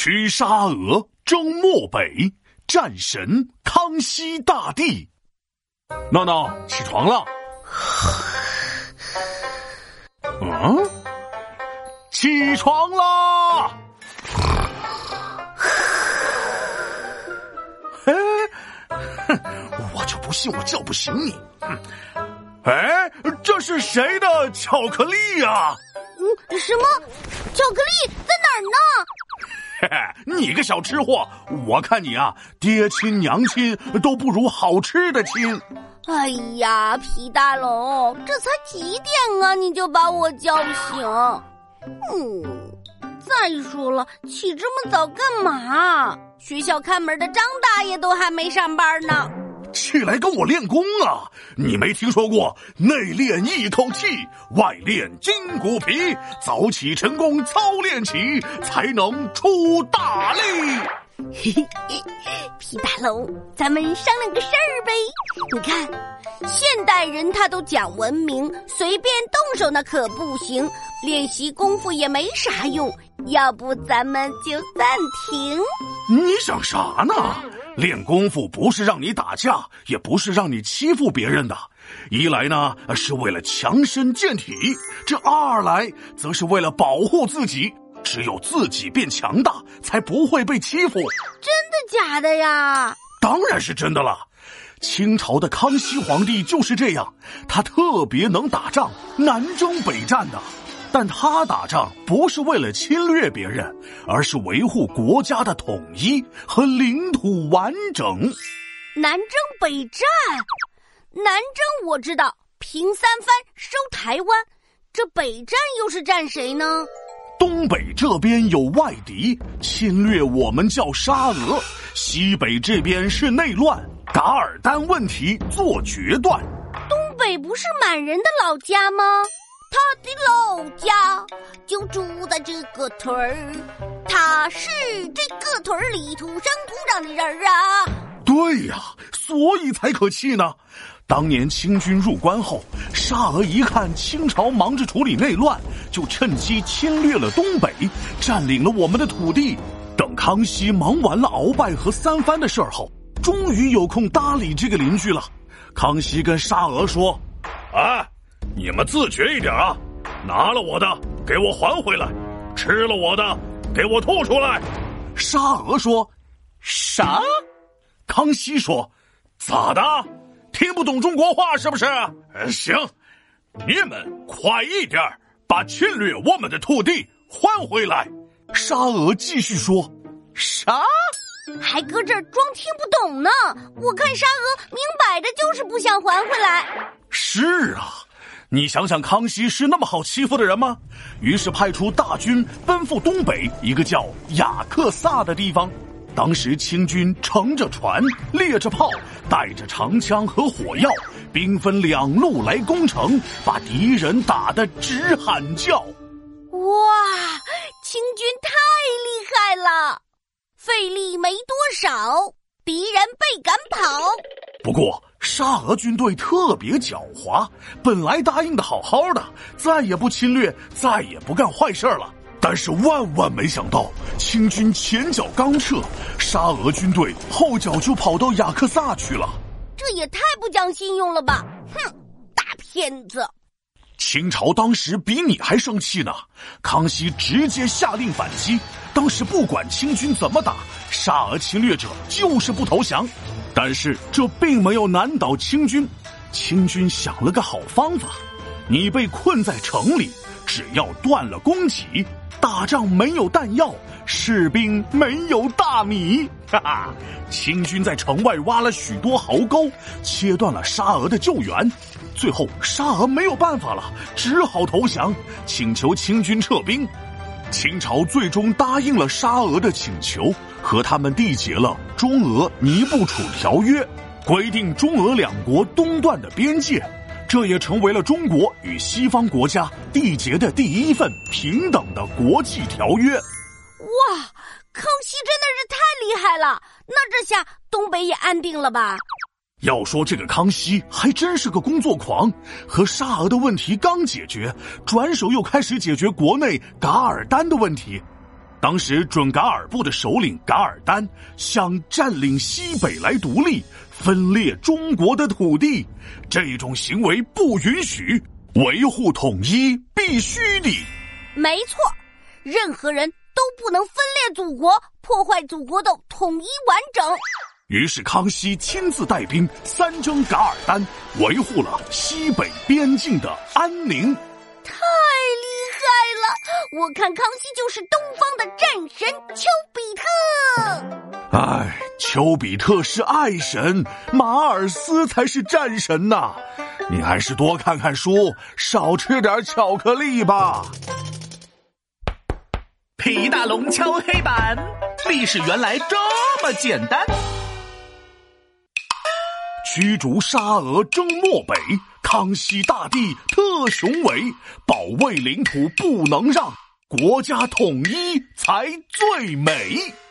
驱沙俄，征漠北，战神康熙大帝。闹闹，起床了。起床啦！我就不信我叫不醒你。这是谁的巧克力呀？ 什么？巧克力在哪儿呢？你个小吃货，我看你啊，爹亲娘亲都不如好吃的亲。 哎呀，皮大龙，这才几点啊，你就把我叫醒？再说了，起这么早干嘛？学校看门的张大爷都还没上班呢。 起来跟我练功啊！你没听说过内练一口气，外练筋骨皮，早起晨功操练起，才能出大力。 皮大龙，咱们商量个事儿呗。你看，现代人他都讲文明，随便动手那可不行，练习功夫也没啥用，要不咱们就暂停。 你想啥呢？练功夫不是让你打架，也不是让你欺负别人的。一来呢，是为了强身健体，这二来则是为了保护自己。只有自己变强大，才不会被欺负。 真的假的呀？ 当然是真的了。清朝的康熙皇帝就是这样，他特别能打仗，南征北战的。但他打仗不是为了侵略别人，而是维护国家的统一和领土完整。 南征北战？南征我知道，平三藩，收台湾。这北战又是战谁呢？ 东北这边有外敌侵略，我们叫沙俄；西北这边是内乱，噶尔丹问题做决断。 东北不是满人的老家吗？他的老家就住在这个屯儿，他是这个屯儿里土生土长的人啊。 对呀，所以才可气呢。当年清军入关后，沙俄一看清朝忙着处理内乱，就趁机侵略了东北，占领了我们的土地。等康熙忙完了鳌拜和三藩的事儿后，终于有空搭理这个邻居了。康熙跟沙俄说：你们自觉一点啊，拿了我的给我还回来，吃了我的给我吐出来。沙俄说：啥？康熙说：咋的？听不懂中国话是不是？行，你们快一点把侵略我们的土地还回来。沙俄继续说：啥？ 还搁这儿装听不懂呢？我看沙俄明摆着就是不想还回来。 是啊，你想想康熙是那么好欺负的人吗？于是派出大军奔赴东北一个叫雅克萨的地方。当时清军乘着船，列着炮，带着长枪和火药，兵分两路来攻城，把敌人打得直喊叫。 哇，清军太厉害了，费力没多少，敌人被赶跑。 不过沙俄军队特别狡猾，本来答应的好好的，再也不侵略，再也不干坏事了。但是万万没想到，清军前脚刚撤，沙俄军队后脚就跑到雅克萨去了。 这也太不讲信用了吧！哼，大骗子！ 清朝当时比你还生气呢，康熙直接下令反击。当时不管清军怎么打，沙俄侵略者就是不投降。但是这并没有难倒清军，清军想了个好方法：你被困在城里，只要断了供给，打仗没有弹药，士兵没有大米。清军在城外挖了许多壕沟，切断了沙俄的救援。最后沙俄没有办法了，只好投降，请求清军撤兵。清朝最终答应了沙俄的请求，和他们缔结了中俄尼布楚条约，规定中俄两国东段的边界。这也成为了中国与西方国家缔结的第一份平等的国际条约。 哇，康熙真的是太厉害了，那这下东北也安定了吧？ 要说这个康熙还真是个工作狂，和沙俄的问题刚解决，转手又开始解决国内噶尔丹的问题。 当时准噶尔部的首领噶尔丹想占领西北来独立，分裂中国的土地，这种行为不允许，维护统一必须的。 没错，任何人都不能分裂祖国，破坏祖国的统一完整。 于是康熙亲自带兵三征噶尔丹，维护了西北边境的安宁。 太厉害了！我看康熙就是东方的战神丘比特。 哎，丘比特是爱神，马尔斯才是战神呐！你还是多看看书，少吃点巧克力吧。 皮大龙敲黑板，历史原来这么简单。 驱逐沙俄征漠北，康熙大帝特雄伟，保卫领土不能让，国家统一才最美。